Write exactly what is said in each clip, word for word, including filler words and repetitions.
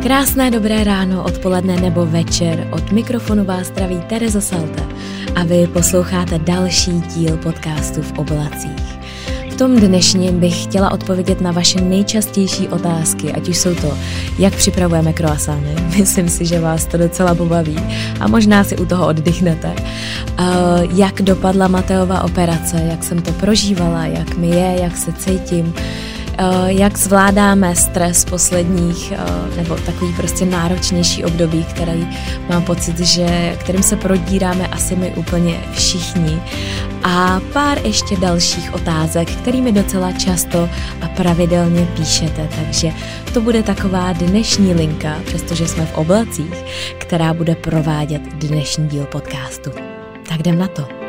Krásné dobré ráno, odpoledne nebo večer, od mikrofonu vás zdraví Tereza Salta a vy posloucháte další díl podcastu V oblacích. V tom dnešním bych chtěla odpovědět na vaše nejčastější otázky, ať už jsou to, jak připravujeme croissány, myslím si, že vás to docela pobaví a možná si u toho oddychnete, jak dopadla Mateova operace, jak jsem to prožívala, jak mi je, jak se cítím, jak zvládáme stres posledních, nebo takový prostě náročnější období, který mám pocit, že kterým se prodíráme asi my úplně všichni. A pár ještě dalších otázek, kterými docela často a pravidelně píšete, takže to bude taková dnešní linka, přestože jsme v oblacích, která bude provádět dnešní díl podcastu. Tak jdem na to.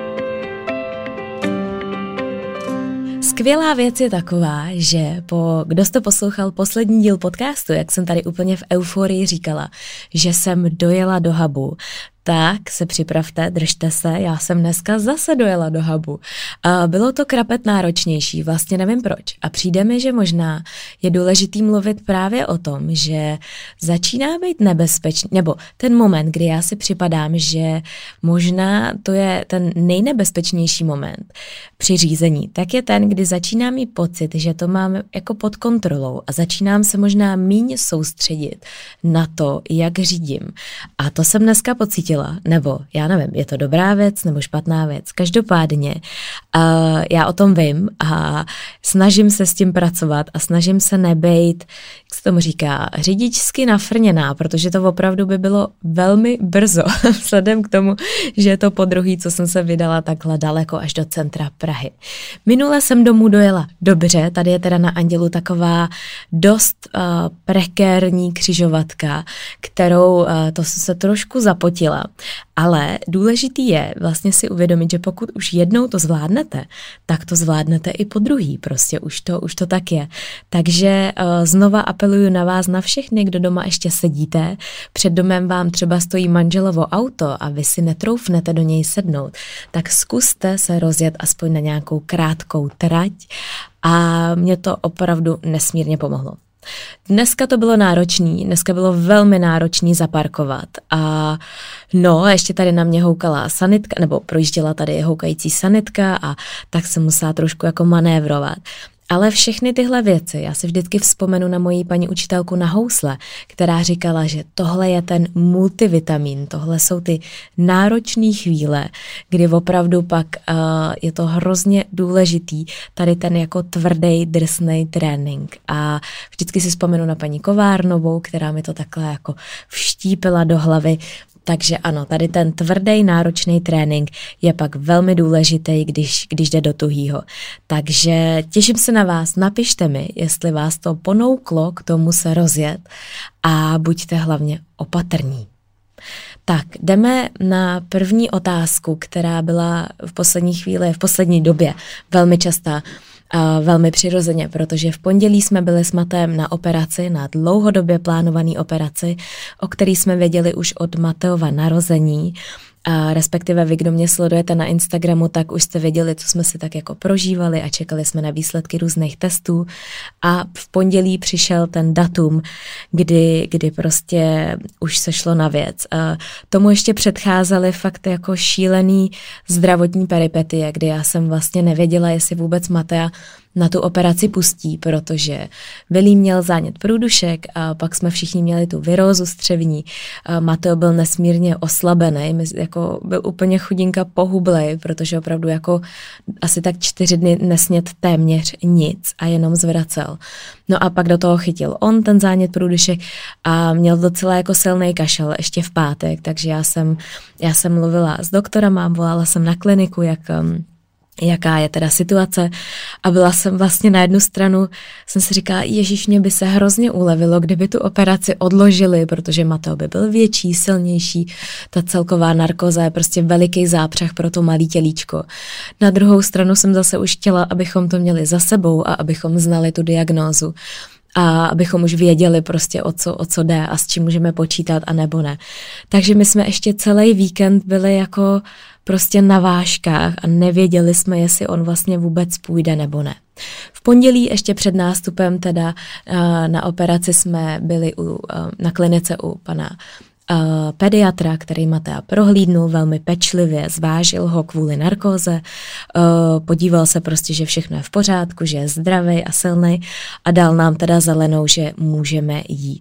Skvělá věc je taková, že po, kdo jste poslouchal poslední díl podcastu, jak jsem tady úplně v euforii říkala, že jsem dojela do hubu, tak se připravte, držte se, já jsem dneska zase dojela do hubu. A bylo to krapet náročnější, vlastně nevím proč. A přijde mi, že možná je důležitý mluvit právě o tom, že začíná být nebezpečný, nebo ten moment, kdy já si připadám, že možná to je ten nejnebezpečnější moment při řízení, tak je ten, kdy začínám mít pocit, že to mám jako pod kontrolou a začínám se možná míň soustředit na to, jak řídím. A to jsem dneska pocítila. Nebo já nevím, je to dobrá věc nebo špatná věc. Každopádně uh, já o tom vím a snažím se s tím pracovat a snažím se nebejt, jak se tomu říká, řidičsky nafrněná, protože to opravdu by bylo velmi brzo, vzhledem k tomu, že je to po druhý, co jsem se vydala takhle daleko až do centra Prahy. Minule jsem domů dojela dobře, tady je teda na Andělu taková dost uh, prekérní křižovatka, kterou uh, to se trošku zapotila. Ale důležitý je vlastně si uvědomit, že pokud už jednou to zvládnete, tak to zvládnete i po druhý, prostě už to, už to tak je. Takže uh, znova apeluju na vás, na všechny, kdo doma ještě sedíte, před domem vám třeba stojí manželovo auto a vy si netroufnete do něj sednout, tak zkuste se rozjet aspoň na nějakou krátkou trať a mě to opravdu nesmírně pomohlo. Dneska to bylo náročný, dneska bylo velmi náročný zaparkovat a no, ještě tady na mě houkala sanitka, nebo projížděla tady houkající sanitka a tak jsem musela trošku jako manévrovat. Ale všechny tyhle věci, já si vždycky vzpomenu na moji paní učitelku na housle, která říkala, že tohle je ten multivitamin, tohle jsou ty náročné chvíle, kdy opravdu pak uh, je to hrozně důležitý, tady ten jako tvrdý, drsnej trénink. A vždycky si vzpomenu na paní Kovárnovou, která mi to takhle jako vštípila do hlavy. Takže ano, tady ten tvrdý, náročný trénink je pak velmi důležitý, když, když jde do tuhýho. Takže těším se na vás, napište mi, jestli vás to ponouklo k tomu se rozjet a buďte hlavně opatrní. Tak, jdeme na první otázku, která byla v poslední chvíli, v poslední době velmi častá. Uh, velmi přirozeně, protože v pondělí jsme byli s Matem na operaci, na dlouhodobě plánovaný operaci, o který jsme věděli už od Mateova narození, a respektive vy, kdo mě sledujete na Instagramu, tak už jste věděli, co jsme si tak jako prožívali a čekali jsme na výsledky různých testů a v pondělí přišel ten datum, kdy, kdy prostě už se šlo na věc. A tomu ještě předcházely fakt jako šílený zdravotní peripetie, kdy já jsem vlastně nevěděla, jestli vůbec Matea na tu operaci pustí, protože Vilí měl zánět průdušek a pak jsme všichni měli tu virózu střevní. Mateo byl nesmírně oslabený, jako byl úplně chudinka pohublej, protože opravdu jako asi tak čtyři dny nesněd téměř nic a jenom zvracel. No a pak do toho chytil on ten zánět průdušek a měl docela jako silný kašel ještě v pátek, takže já jsem, já jsem mluvila s doktorama, volala jsem na kliniku, jak jaká je teda situace a byla jsem vlastně na jednu stranu, jsem si říkala, ježiš, mě by se hrozně ulevilo, kdyby tu operaci odložili, protože Mateo by byl větší, silnější, ta celková narkoza je prostě veliký zápřah pro to malý tělíčko. Na druhou stranu jsem zase už chtěla, abychom to měli za sebou a abychom znali tu diagnózu. a abychom už věděli prostě o co, o co jde a s čím můžeme počítat a nebo ne. Takže my jsme ještě celý víkend byli jako prostě na vážkách a nevěděli jsme, jestli on vlastně vůbec půjde nebo ne. V pondělí ještě před nástupem teda na operaci jsme byli u, na klinice u pana Uh, pediatra, který Matea prohlídnul velmi pečlivě, zvážil ho kvůli narkóze, uh, podíval se prostě, že všechno je v pořádku, že je zdravý a silný a dal nám teda zelenou, že můžeme jít.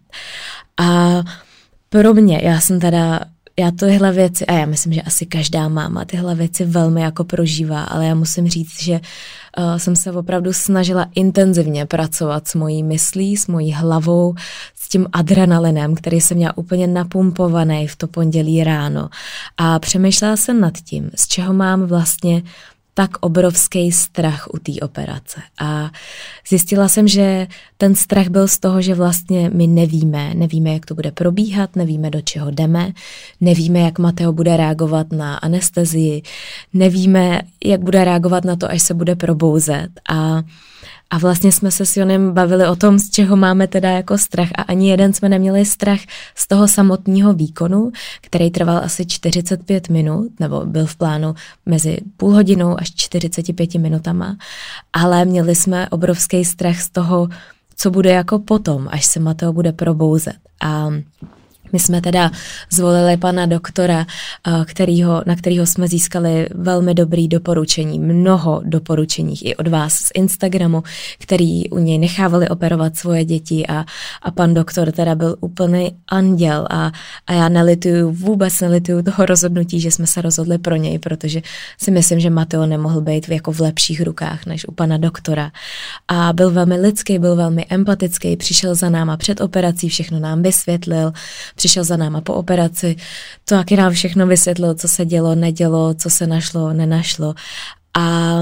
A pro mě, já jsem teda já tyhle věci, a já myslím, že asi každá máma tyhle věci velmi jako prožívá, ale já musím říct, že uh, jsem se opravdu snažila intenzivně pracovat s mojí myslí, s mojí hlavou, s tím adrenalinem, který jsem měla úplně napumpovaný v to pondělí ráno. A přemýšlela jsem nad tím, z čeho mám vlastně tak obrovský strach u té operace. A zjistila jsem, že ten strach byl z toho, že vlastně my nevíme, nevíme, jak to bude probíhat, nevíme, do čeho jdeme, nevíme, jak Mateo bude reagovat na anestezii, nevíme, jak bude reagovat na to, až se bude probouzet. A A vlastně jsme se s Jonem bavili o tom, z čeho máme teda jako strach a ani jeden jsme neměli strach z toho samotného výkonu, který trval asi čtyřicet pět minut, nebo byl v plánu mezi půl hodinou až čtyřicet pět minutama, ale měli jsme obrovský strach z toho, co bude jako potom, až se Mateo bude probouzet. A my jsme teda zvolili pana doktora, kterýho, na kterého jsme získali velmi dobrý doporučení, mnoho doporučení i od vás z Instagramu, který u něj nechávali operovat svoje děti a, a pan doktor teda byl úplný anděl a, a já nelituju, vůbec nelituju toho rozhodnutí, že jsme se rozhodli pro něj, protože si myslím, že Mateo nemohl být jako v lepších rukách než u pana doktora. A byl velmi lidský, byl velmi empatický, přišel za náma před operací, všechno nám vysvětlil, přišel za náma po operaci, to taky nám všechno vysvětlil, co se dělo, nedělo, co se našlo, nenašlo. A,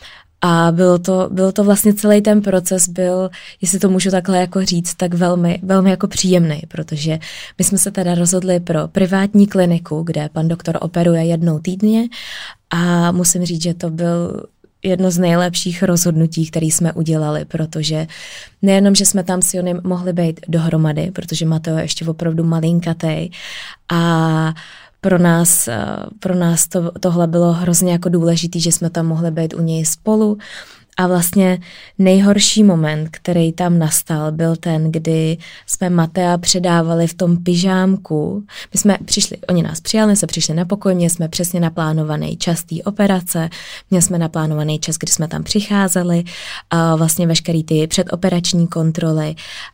a bylo to, bylo to vlastně celý ten proces byl, jestli to můžu takhle jako říct, tak velmi, velmi jako příjemný, protože my jsme se teda rozhodli pro privátní kliniku, kde pan doktor operuje jednou týdně a musím říct, že to byl jedno z nejlepších rozhodnutí, které jsme udělali, protože nejenom, že jsme tam s Jonem mohli být dohromady, protože Mateo je ještě opravdu malinkatej a pro nás, pro nás to, tohle bylo hrozně jako důležitý, že jsme tam mohli být u něj spolu. A vlastně nejhorší moment, který tam nastal, byl ten, kdy jsme Matea předávali v tom pyžámku. My jsme přišli, oni nás přijali, my jsme přišli na pokoj, měli jsme přesně naplánovaný čas té operace, měli jsme naplánovaný čas, kdy jsme tam přicházeli, a vlastně veškerý ty předoperační kontroly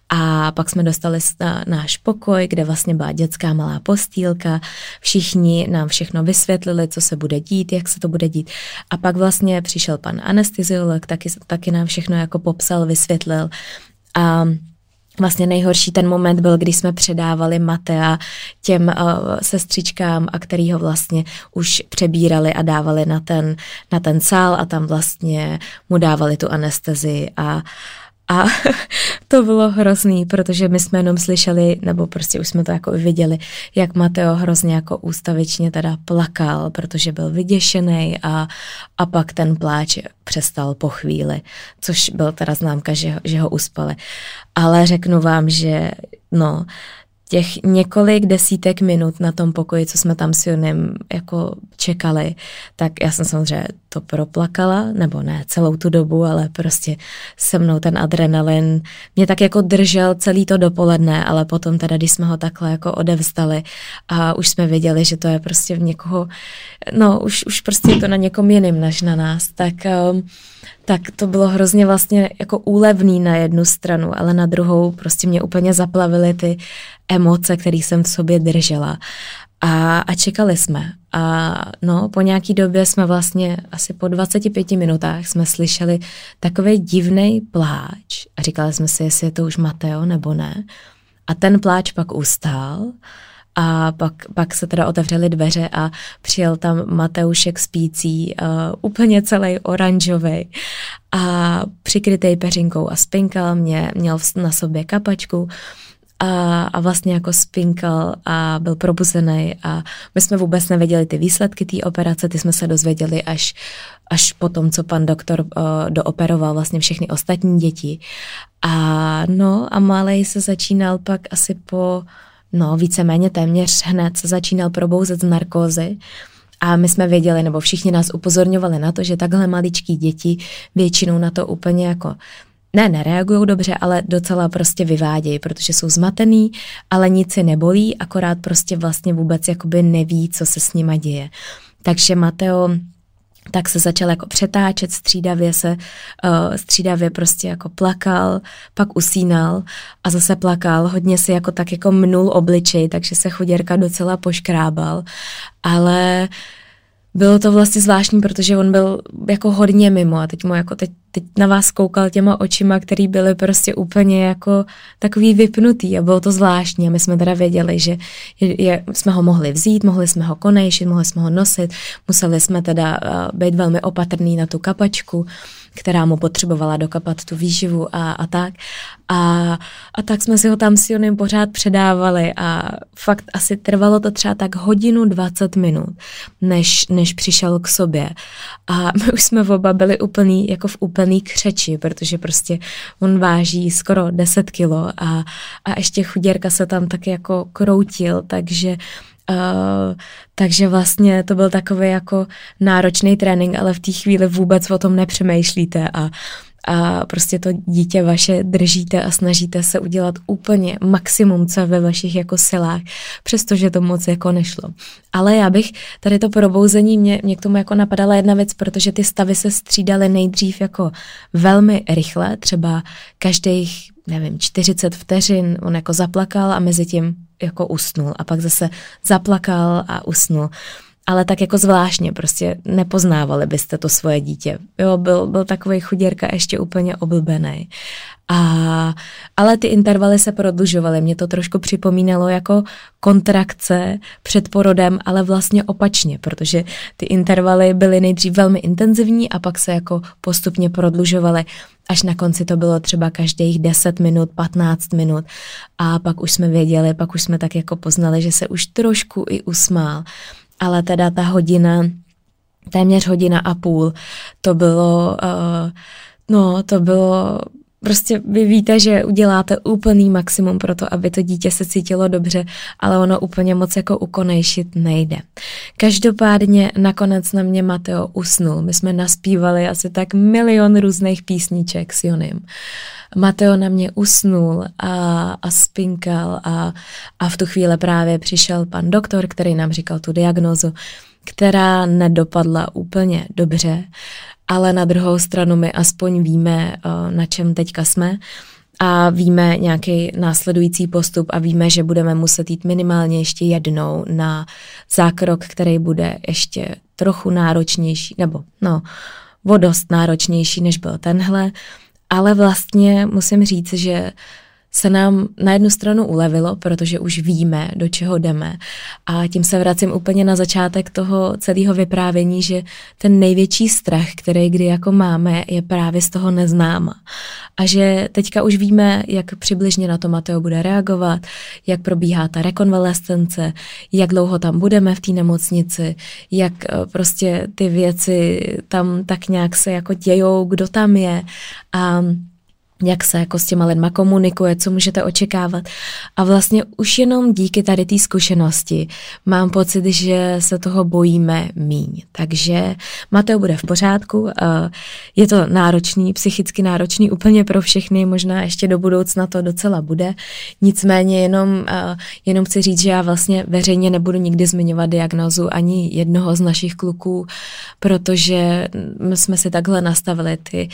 a pak jsme dostali na náš pokoj, kde vlastně byla dětská malá postýlka, všichni nám všechno vysvětlili, co se bude dít, jak se to bude dít a pak vlastně přišel pan anesteziolog, taky, taky nám všechno jako popsal, vysvětlil a vlastně nejhorší ten moment byl, když jsme předávali Matea těm uh, sestřičkám, a který ho vlastně už přebírali a dávali na ten, na ten sál a tam vlastně mu dávali tu anestezii a A to bylo hrozný, protože my jsme jenom slyšeli, nebo prostě už jsme to jako viděli, jak Mateo hrozně jako ústavičně teda plakal, protože byl vyděšený a, a pak ten pláč přestal po chvíli, což byl teda známka, že, že ho uspali. Ale řeknu vám, že no, těch několik desítek minut na tom pokoji, co jsme tam s Jonem jako čekali, tak já jsem samozřejmě to proplakala, nebo ne celou tu dobu, ale prostě se mnou ten adrenalin mě tak jako držel celý to dopoledne, ale potom teda, když jsme ho takhle jako odevzdali a už jsme věděli, že to je prostě v někoho, no už, už prostě je to na někom jiným než na nás, tak, um, tak to bylo hrozně vlastně jako úlevný na jednu stranu, ale na druhou prostě mě úplně zaplavily ty emoce, které jsem v sobě držela. A, a čekali jsme. A no, po nějaký době jsme vlastně asi po dvaceti pěti minutách jsme slyšeli takový divný pláč. A říkali jsme si, jestli je to už Mateo nebo ne. A ten pláč pak ustál a pak, pak se teda otevřely dveře a přijel tam Mateušek spící, uh, úplně celý oranžový a přikrytej peřinkou a spinkal mě, měl na sobě kapačku a, a vlastně jako spinkal a byl probuzený a my jsme vůbec nevěděli ty výsledky té operace, ty jsme se dozvěděli až, až po tom, co pan doktor uh, dooperoval vlastně všechny ostatní děti. A no a malej se začínal pak asi po, no víceméně téměř hned se začínal probouzet z narkózy. A my jsme věděli, nebo všichni nás upozorňovali na to, že takhle maličký děti většinou na to úplně jako ne, nereagují dobře, ale docela prostě vyvádějí, protože jsou zmatený, ale nic si nebolí, akorát prostě vlastně vůbec jakoby neví, co se s nima děje. Takže Mateo tak se začal jako přetáčet, střídavě se, uh, střídavě prostě jako plakal, pak usínal a zase plakal, hodně si jako tak jako mnul obličej, takže se chuděrka docela poškrábal, ale bylo to vlastně zvláštní, protože on byl jako hodně mimo a teď mu jako teď, teď na vás koukal těma očima, který byly prostě úplně jako takový vypnutý a bylo to zvláštní a my jsme teda věděli, že je, je, jsme ho mohli vzít, mohli jsme ho konejšit, mohli jsme ho nosit, museli jsme teda uh, být velmi opatrný na tu kapačku, která mu potřebovala dokapat tu výživu a, a tak. A, a tak jsme si ho tam s Jonem pořád předávali a fakt asi trvalo to třeba tak hodinu dvacet minut, než, než přišel k sobě. A my už jsme oba byli úplný, jako v úplný křeči, protože prostě on váží skoro deset kilo a, a ještě chuděrka se tam tak jako kroutil, takže Uh, takže vlastně to byl takový jako náročný trénink, ale v té chvíli vůbec o tom nepřemýšlíte a, a prostě to dítě vaše držíte a snažíte se udělat úplně maximum, co je ve vašich jako silách, přestože to moc jako nešlo. Ale já bych tady to probouzení, mě, mě k tomu jako napadala jedna věc, protože ty stavy se střídaly nejdřív jako velmi rychle, třeba každých, nevím, čtyřicet vteřin on jako zaplakal a mezi tím jako usnul a pak zase zaplakal a usnul. Ale tak jako zvláštně, prostě nepoznávali byste to svoje dítě. Jo, byl, byl takovej chuděrka ještě úplně oblbený. A, ale ty intervaly se prodlužovaly. Mě to trošku připomínalo jako kontrakce před porodem, ale vlastně opačně, protože ty intervaly byly nejdřív velmi intenzivní a pak se jako postupně prodlužovaly. Až na konci to bylo třeba každých deset minut, patnáct minut a pak už jsme věděli, pak už jsme tak jako poznali, že se už trošku i usmál. Ale teda ta hodina, téměř hodina a půl, to bylo, uh, no to bylo, prostě vy víte, že uděláte úplný maximum pro to, aby to dítě se cítilo dobře, ale ono úplně moc jako ukonejšit nejde. Každopádně nakonec na mě Mateo usnul. My jsme naspívali asi tak milion různých písniček s Jonem. Mateo na mě usnul a, a spinkal a, a v tu chvíli právě přišel pan doktor, který nám říkal tu diagnózu, která nedopadla úplně dobře, ale na druhou stranu my aspoň víme, na čem teďka jsme a víme nějaký následující postup a víme, že budeme muset jít minimálně ještě jednou na zákrok, který bude ještě trochu náročnější, nebo no, o dost náročnější, než byl tenhle. Ale vlastně musím říct, že se nám na jednu stranu ulevilo, protože už víme, do čeho jdeme. A tím se vracím úplně na začátek toho celého vyprávění, že ten největší strach, který kdy jako máme, je právě z toho neznáma. A že teďka už víme, jak přibližně na to Mateo bude reagovat, jak probíhá ta rekonvalescence, jak dlouho tam budeme v té nemocnici, jak prostě ty věci tam tak nějak se jako dějou, kdo tam je a jak se jako s těma lidma komunikuje, co můžete očekávat. A vlastně už jenom díky tady té zkušenosti mám pocit, že se toho bojíme míň. Takže Mateo bude v pořádku, je to náročný, psychicky náročný úplně pro všechny, možná ještě do budoucna to docela bude. Nicméně jenom, jenom chci říct, že já vlastně veřejně nebudu nikdy zmiňovat diagnózu ani jednoho z našich kluků, protože jsme si takhle nastavili ty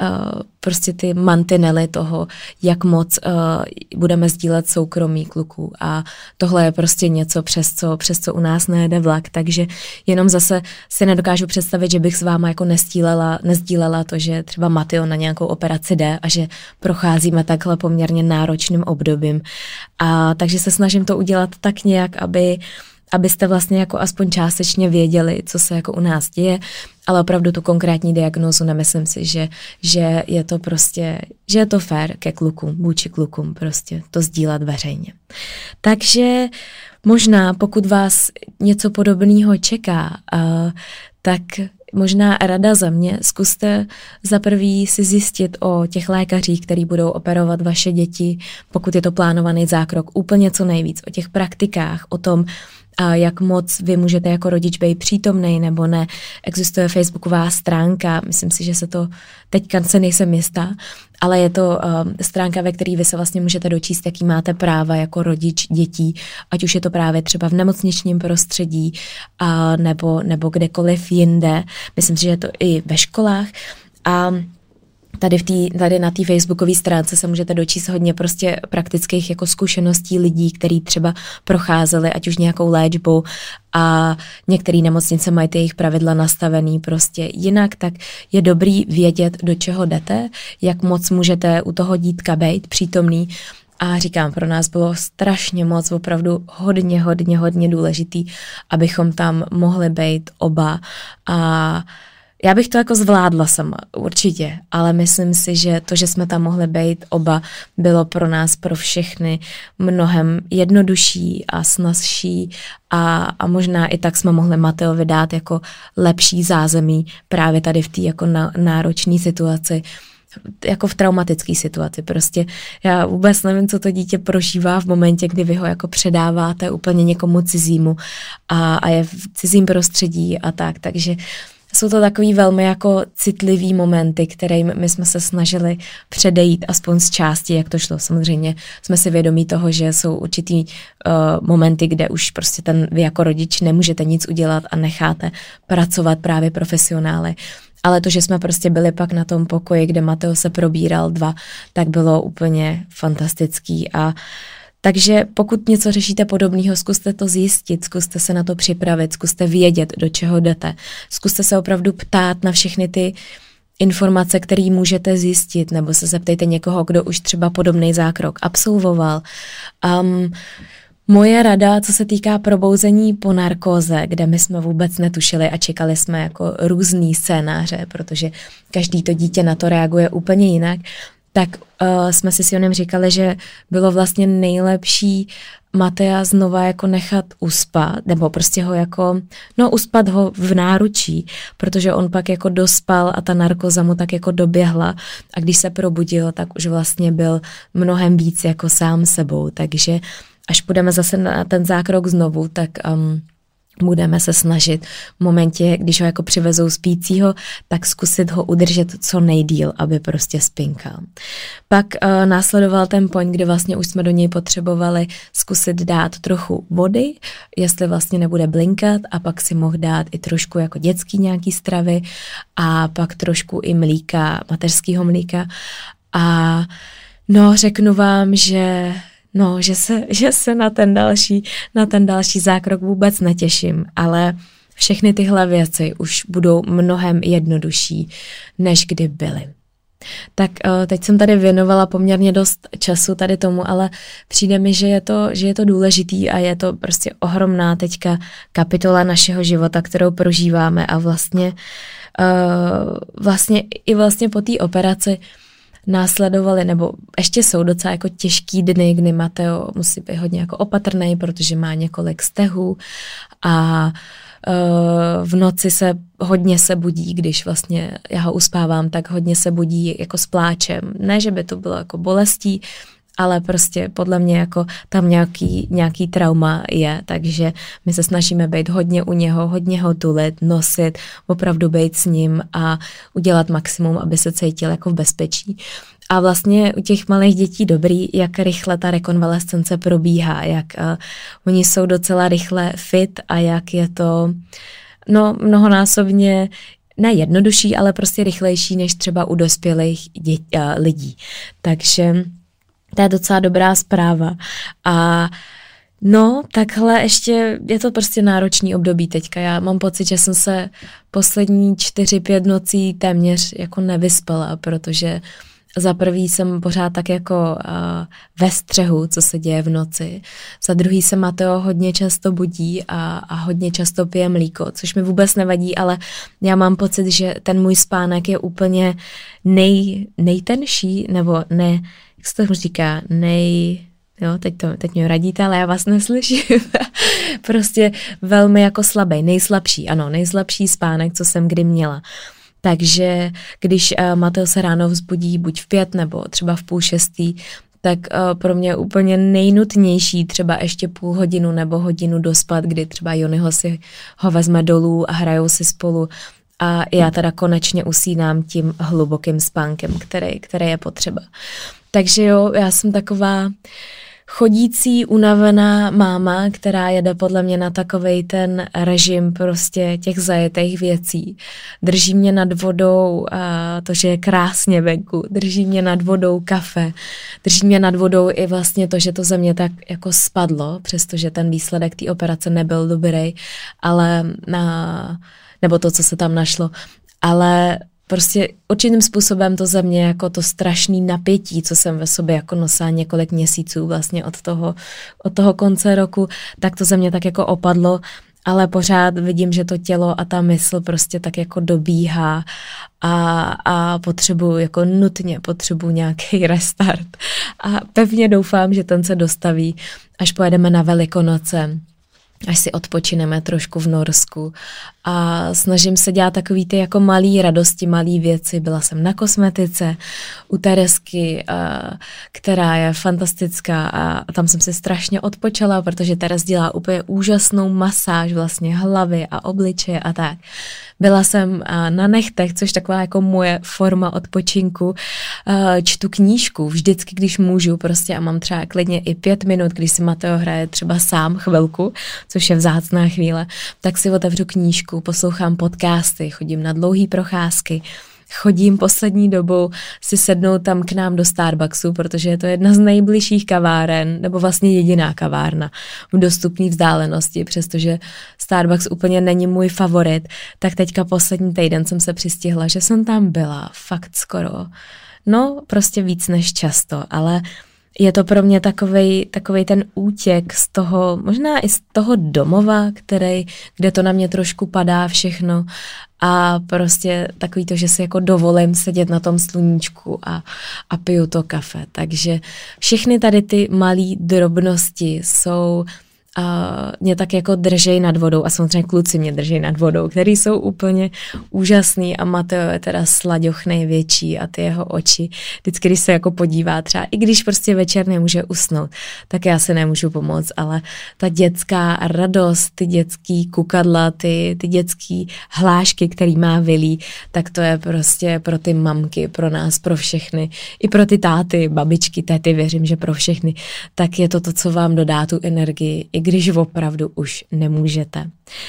prostě ty mantinely toho, jak moc uh, budeme sdílet soukromí kluků a tohle je prostě něco, přes co, přes co u nás nejede vlak, takže jenom zase si nedokážu představit, že bych s váma jako nestílela, nesdílela to, že třeba Mateo na nějakou operaci jde a že procházíme takhle poměrně náročným obdobím. A takže se snažím to udělat tak nějak, aby abyste vlastně jako aspoň částečně věděli, co se jako u nás děje, ale opravdu tu konkrétní diagnózu nemyslím si, že, že je to prostě, že je to fér ke klukům, vůči klukům prostě to sdílet veřejně. Takže možná, pokud vás něco podobného čeká, uh, tak možná rada za mě, zkuste za prvý si zjistit o těch lékařích, který budou operovat vaše děti, pokud je to plánovaný zákrok, úplně co nejvíc, o těch praktikách, o tom, a jak moc vy můžete jako rodič být přítomnej nebo ne. Existuje facebooková stránka, myslím si, že se to, teďka se nejsem jistá, ale je to uh, stránka, ve které vy se vlastně můžete dočíst, jaký máte práva jako rodič dětí, ať už je to právě třeba v nemocničním prostředí uh, nebo, nebo kdekoliv jinde. Myslím si, že je to i ve školách. A Tady, v tý, tady na té facebookové stránce se můžete dočíst hodně prostě praktických jako zkušeností lidí, kteří třeba procházeli ať už nějakou léčbou a některé nemocnice mají ty jejich pravidla nastavený prostě jinak, tak je dobrý vědět, do čeho jdete, jak moc můžete u toho dítka být přítomný. A říkám, pro nás bylo strašně moc, opravdu hodně, hodně, hodně důležitý, abychom tam mohli být oba. A já bych to jako zvládla sama, určitě, ale myslím si, že to, že jsme tam mohli být oba, bylo pro nás, pro všechny mnohem jednodušší a snazší a, a možná i tak jsme mohli Mateovi dát jako lepší zázemí právě tady v té jako náročné situaci, jako v traumatické situaci. Prostě já vůbec nevím, co to dítě prožívá v momentě, kdy vy ho jako předáváte úplně někomu cizímu a, a je v cizím prostředí a tak, takže jsou to takový velmi jako citlivý momenty, kterým my jsme se snažili předejít aspoň z části, jak to šlo. Samozřejmě jsme si vědomí toho, že jsou určitý uh, momenty, kde už prostě ten vy jako rodič nemůžete nic udělat a necháte pracovat právě profesionály. Ale to, že jsme prostě byli pak na tom pokoji, kde Mateo se probíral dva, tak bylo úplně fantastický. A takže pokud něco řešíte podobného, zkuste to zjistit, zkuste se na to připravit, zkuste vědět, do čeho jdete. Zkuste se opravdu ptát na všechny ty informace, které můžete zjistit, nebo se zeptejte někoho, kdo už třeba podobný zákrok absolvoval. Um, Moje rada, co se týká probouzení po narkóze, kde my jsme vůbec netušili a čekali jsme jako různý scénáře, protože každý to dítě na to reaguje úplně jinak, tak uh, jsme si s Jonem říkali, že bylo vlastně nejlepší Matea znova jako nechat uspat, nebo prostě ho jako, no uspat ho v náručí, protože on pak jako dospal a ta narkoza mu tak jako doběhla a když se probudil, tak už vlastně byl mnohem víc jako sám sebou, takže až půjdeme zase na ten zákrok znovu, tak um, budeme se snažit v momentě, když ho jako přivezou spícího, tak zkusit ho udržet co nejdýl, aby prostě spinkal. Pak uh, následoval ten point, kdy vlastně už jsme do něj potřebovali zkusit dát trochu vody, jestli vlastně nebude blinkat a pak si mohl dát i trošku jako dětský nějaký stravy a pak trošku i mlíka, mateřského mlíka. A no řeknu vám, že No, že se, že se na ten další, na ten další zákrok vůbec netěším, ale všechny tyhle věci už budou mnohem jednodušší, než kdy byly. Tak teď jsem tady věnovala poměrně dost času tady tomu, ale přijde mi, že je to, že je to důležitý a je to prostě ohromná teďka kapitola našeho života, kterou prožíváme a vlastně, vlastně i vlastně po té operaci následovali, nebo ještě jsou docela jako těžký dny, kdy Mateo musí být hodně jako opatrný, protože má několik stehů a uh, v noci se hodně se budí, když vlastně já ho uspávám, tak hodně se budí jako s pláčem. Ne, že by to bylo jako bolestí, ale prostě podle mě jako tam nějaký, nějaký trauma je, takže my se snažíme být hodně u něho, hodně ho tulit, nosit, opravdu být s ním a udělat maximum, aby se cítil jako v bezpečí. A vlastně u těch malých dětí dobrý, jak rychle ta rekonvalescence probíhá, jak uh, oni jsou docela rychle fit a jak je to no mnohonásobně ne jednodušší, ale prostě rychlejší než třeba u dospělých dět, uh, lidí. Takže to je docela dobrá zpráva. A no, takhle ještě je to prostě náročný období teďka. Já mám pocit, že jsem se poslední čtyři, pět nocí téměř jako nevyspala, protože za prvý jsem pořád tak jako uh, ve střehu, co se děje v noci. Za druhý se Mateo hodně často budí a, a hodně často pije mlíko, což mi vůbec nevadí, ale já mám pocit, že ten můj spánek je úplně nej, nejtenší, nebo ne, jak se to říká, nej... Jo, teď, to, teď mě radíte, ale já vás neslyším. Prostě velmi jako slabý, nejslabší, ano, nejslabší spánek, co jsem kdy měla. Takže když uh, Mateo se ráno vzbudí buď v pět nebo třeba v půl šestý, tak uh, pro mě je úplně nejnutnější třeba ještě půl hodinu nebo hodinu dospat, kdy třeba Jonyho si ho vezme dolů a hrajou si spolu. A já teda konečně usínám tím hlubokým spánkem, který, který je potřeba. Takže jo, já jsem taková chodící, unavená máma, která jede podle mě na takovej ten režim prostě těch zajetých věcí. Drží mě nad vodou a to, že je krásně venku, drží mě nad vodou kafe, drží mě nad vodou i vlastně to, že to ze mě tak jako spadlo, přestože ten výsledek té operace nebyl dobrý, ale na, nebo to, co se tam našlo, ale prostě určitým způsobem to ze mě jako to strašný napětí, co jsem ve sobě jako nosila několik měsíců vlastně od toho, od toho konce roku, tak to ze mě tak jako opadlo, ale pořád vidím, že to tělo a ta mysl prostě tak jako dobíhá a, a potřebuji jako nutně, potřebuji nějaký restart a pevně doufám, že ten se dostaví, až pojedeme na Velikonoce, až si odpočineme trošku v Norsku a snažím se dělat takový ty jako malý radosti, malý věci. Byla jsem na kosmetice u Teresky, která je fantastická a tam jsem si strašně odpočala, protože Teres dělá úplně úžasnou masáž vlastně hlavy a obličeje a tak. Byla jsem na nechtech, což taková jako moje forma odpočinku. Čtu knížku vždycky, když můžu prostě a mám třeba klidně i pět minut, když si Mateo hraje třeba sám chvilku, což je vzácná chvíle, tak si otevřu knížku, poslouchám podcasty, chodím na dlouhý procházky, chodím poslední dobou si sednout tam k nám do Starbucksu, protože je to jedna z nejbližších kaváren, nebo vlastně jediná kavárna v dostupné vzdálenosti, přestože Starbucks úplně není můj favorit, tak teďka poslední týden jsem se přistihla, že jsem tam byla fakt skoro, no prostě víc než často, ale je to pro mě takovej, takovej ten útěk z toho, možná i z toho domova, který, kde to na mě trošku padá všechno a prostě takový to, že si jako dovolím sedět na tom sluníčku a, a piju to kafe. Takže všechny tady ty malé drobnosti jsou a mě tak jako držej nad vodou a samozřejmě kluci mě držej nad vodou, který jsou úplně úžasný a Mateo je teda slaďoch největší a ty jeho oči, vždycky, když se jako podívá třeba, i když prostě večer nemůže usnout, tak já si nemůžu pomoct, ale ta dětská radost, ty dětský kukadla, ty, ty dětský hlášky, který má Vilí, tak to je prostě pro ty mamky, pro nás, pro všechny, i pro ty táty, babičky, téty, věřím, že pro všechny, tak je to to, co vám dodá tu energii, i když opravdu už nemůžete.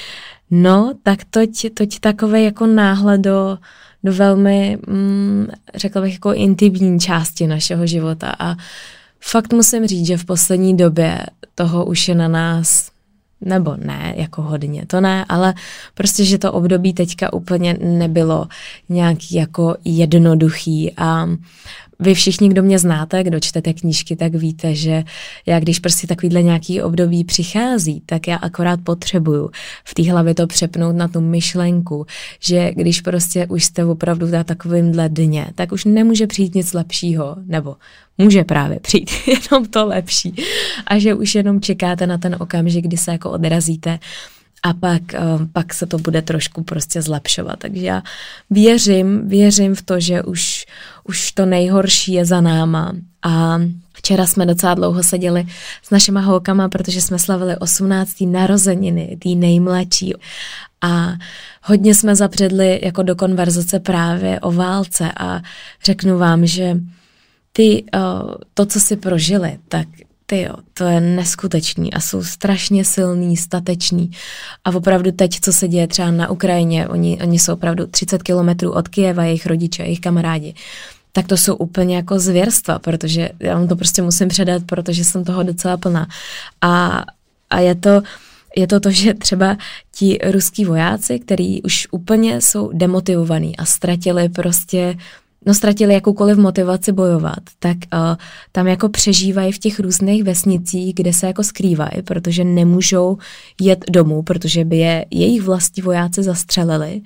No, tak toť, toť takové jako náhled do, do velmi, mm, řekla bych, jako intimní části našeho života a fakt musím říct, že v poslední době toho už je na nás, nebo ne, jako hodně, to ne, ale prostě, že to období teďka úplně nebylo nějaký jako jednoduchý a vy všichni, kdo mě znáte, kdo čtete knížky, tak víte, že já když prostě takovýhle nějaký období přichází, tak já akorát potřebuju v té hlavě to přepnout na tu myšlenku, že když prostě už jste opravdu na takovýmhle dně, tak už nemůže přijít nic lepšího, nebo může právě přijít jenom to lepší a že už jenom čekáte na ten okamžik, kdy se jako odrazíte a pak, pak se to bude trošku prostě zlepšovat. Takže já věřím, věřím v to, že už, už to nejhorší je za náma. A včera jsme docela dlouho seděli s našima holkama, protože jsme slavili osmnácté narozeniny, tý nejmladší. A hodně jsme zapředli jako do konverzace právě o válce a řeknu vám, že ty, to, co si prožili, tak tyjo, to je neskutečný a jsou strašně silný, stateční a opravdu teď, co se děje třeba na Ukrajině, oni, oni jsou opravdu třicet kilometrů od Kyjeva, jejich rodiče, jejich kamarádi, tak to jsou úplně jako zvěrstva, protože já vám to prostě musím předat, protože jsem toho docela plná. A, a je to, je to to, že třeba ti ruský vojáci, který už úplně jsou demotivovaní a ztratili prostě no ztratili jakoukoliv motivaci bojovat, tak uh, tam jako přežívají v těch různých vesnicích, kde se jako skrývají, protože nemůžou jet domů, protože by je jejich vlastní vojáci zastřelili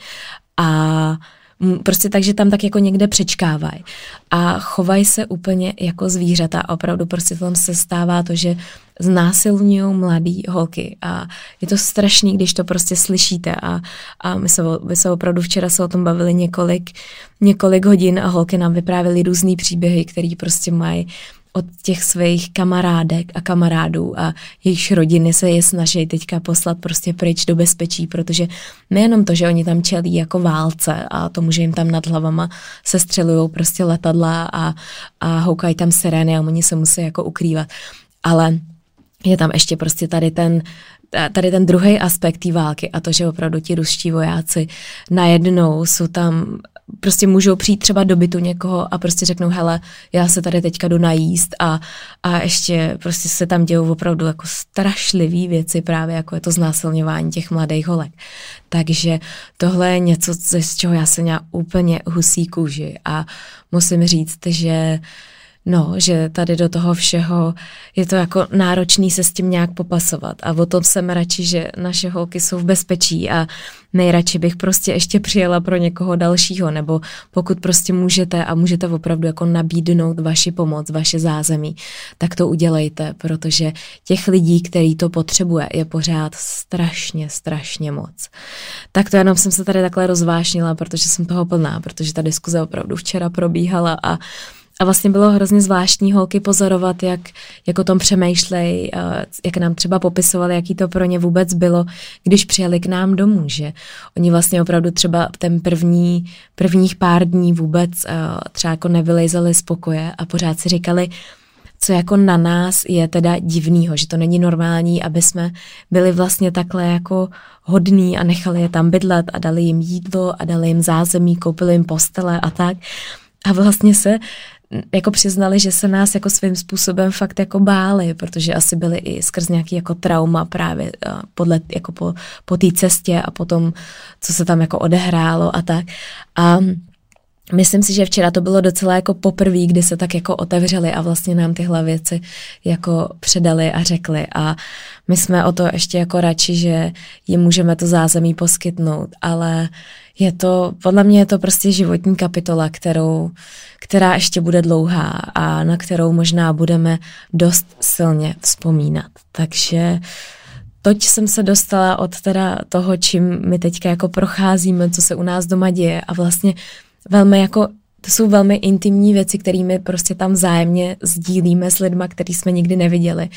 a prostě takže tam tak jako někde přečkávají a chovají se úplně jako zvířata a opravdu prostě tam se stává to, že znásilňují mladý holky a je to strašný, když to prostě slyšíte a, a my, se, my se opravdu včera se o tom bavili několik, několik hodin a holky nám vyprávěly různý příběhy, který prostě mají od těch svých kamarádek a kamarádů a jejich rodiny se je snaží teďka poslat prostě pryč do bezpečí, protože nejenom to, že oni tam čelí jako válce a tomu, že jim tam nad hlavama se střelujou prostě letadla a, a houkají tam sirény a oni se musí jako ukrývat, ale je tam ještě prostě tady ten tady ten druhý aspekt té války a to, že opravdu ti ruští vojáci najednou jsou tam, prostě můžou přijít třeba do bytu někoho a prostě řeknou, hele, já se tady teďka jdu najíst a, a ještě prostě se tam dějou opravdu jako strašlivý věci, právě jako je to znásilňování těch mladých holek. Takže tohle je něco, z čeho já jsem měla úplně husí kůži a musím říct, že No, že tady do toho všeho je to jako náročný se s tím nějak popasovat a o tom jsem radši, že naše holky jsou v bezpečí a nejradši bych prostě ještě přijela pro někoho dalšího, nebo pokud prostě můžete a můžete opravdu jako nabídnout vaši pomoc, vaše zázemí, tak to udělejte, protože těch lidí, který to potřebuje, je pořád strašně, strašně moc. Tak to jenom jsem se tady takhle rozvášnila, protože jsem toho plná, protože ta diskuze opravdu včera probíhala a A vlastně bylo hrozně zvláštní holky pozorovat, jak, jak o tom přemýšlej, jak nám třeba popisovali, jaký to pro ně vůbec bylo, když přijeli k nám domů, že oni vlastně opravdu třeba ten první, prvních pár dní vůbec třeba jako nevylejzali z pokoje a pořád si říkali, co jako na nás je teda divnýho, že to není normální, aby jsme byli vlastně takhle jako hodní a nechali je tam bydlet a dali jim jídlo a dali jim zázemí, koupili jim postele a tak. A vlastně se jako přiznali, že se nás jako svým způsobem fakt jako báli, protože asi byli i skrz nějaký jako trauma právě podle, jako po, po té cestě a potom, co se tam jako odehrálo a tak. A myslím si, že včera to bylo docela jako poprvé, kdy se tak jako otevřeli a vlastně nám tyhle věci jako předali a řekli a my jsme o to ještě jako radši, že jim můžeme to zázemí poskytnout, ale je to, podle mě je to prostě životní kapitola, kterou, která ještě bude dlouhá a na kterou možná budeme dost silně vzpomínat. Takže toť jsem se dostala od teda toho, čím my teďka jako procházíme, co se u nás doma děje a vlastně velmi jako, to jsou velmi intimní věci, kterými prostě tam vzájemně sdílíme s lidma, který jsme nikdy neviděli.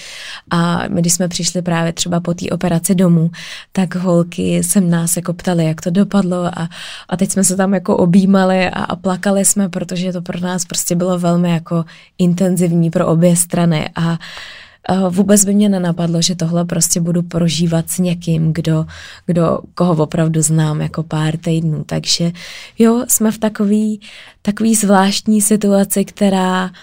A my, když jsme přišli právě třeba po té operaci domů, tak holky se nás jako ptali, jak to dopadlo a, a teď jsme se tam jako objímali a, a plakali jsme, protože to pro nás prostě bylo velmi jako intenzivní pro obě strany a vůbec by mě nenapadlo, že tohle prostě budu prožívat s někým, kdo, kdo, koho opravdu znám jako pár týdnů. Takže jo, jsme v takový, takový zvláštní situaci, která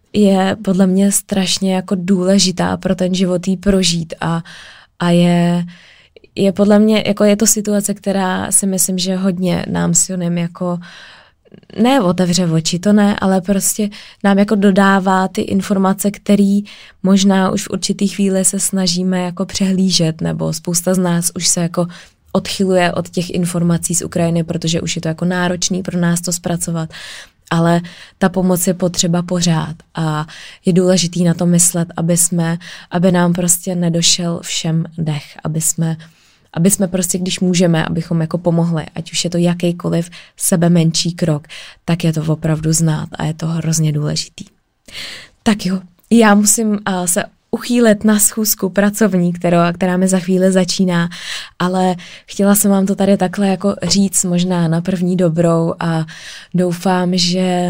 je podle mě strašně jako důležitá pro ten život jí prožít a, a je, je podle mě, jako je to situace, která si myslím, že hodně nám s Jonem jako ne otevře oči, to ne, ale prostě nám jako dodává ty informace, které možná už v určitý chvíli se snažíme jako přehlížet, nebo spousta z nás už se jako odchyluje od těch informací z Ukrajiny, protože už je to jako náročný pro nás to zpracovat. Ale ta pomoc je potřeba pořád a je důležitý na to myslet, aby jsme, aby nám prostě nedošel všem dech, aby jsme aby jsme prostě, když můžeme, abychom jako pomohli, ať už je to jakýkoliv sebe menší krok, tak je to opravdu znát a je to hrozně důležitý. Tak jo, já musím uh, se uchýlit na schůzku pracovní, která, která mi za chvíli začíná, ale chtěla jsem vám to tady takhle jako říct možná na první dobrou a doufám, že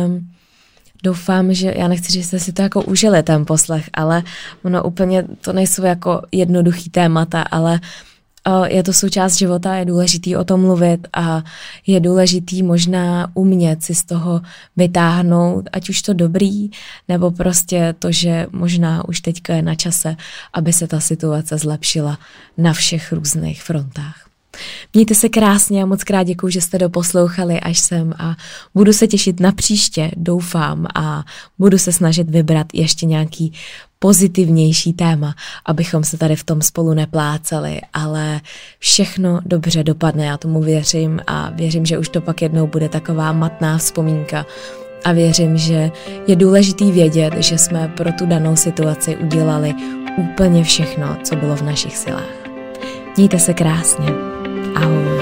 Doufám, že, já nechci, že jste si to jako užili ten poslech, ale ono úplně, to nejsou jako jednoduchý témata, ale je to součást života, je důležitý o tom mluvit a je důležitý možná umět si z toho vytáhnout, ať už to dobrý, nebo prostě to, že možná už teďka je na čase, aby se ta situace zlepšila na všech různých frontách. Mějte se krásně a moc krát děkuju, že jste doposlouchali až sem a budu se těšit na příště, doufám, a budu se snažit vybrat ještě nějaký pozitivnější téma, abychom se tady v tom spolu nepláceli, ale všechno dobře dopadne, já tomu věřím a věřím, že už to pak jednou bude taková matná vzpomínka a věřím, že je důležitý vědět, že jsme pro tu danou situaci udělali úplně všechno, co bylo v našich silách. Mějte se krásně. Ahoj.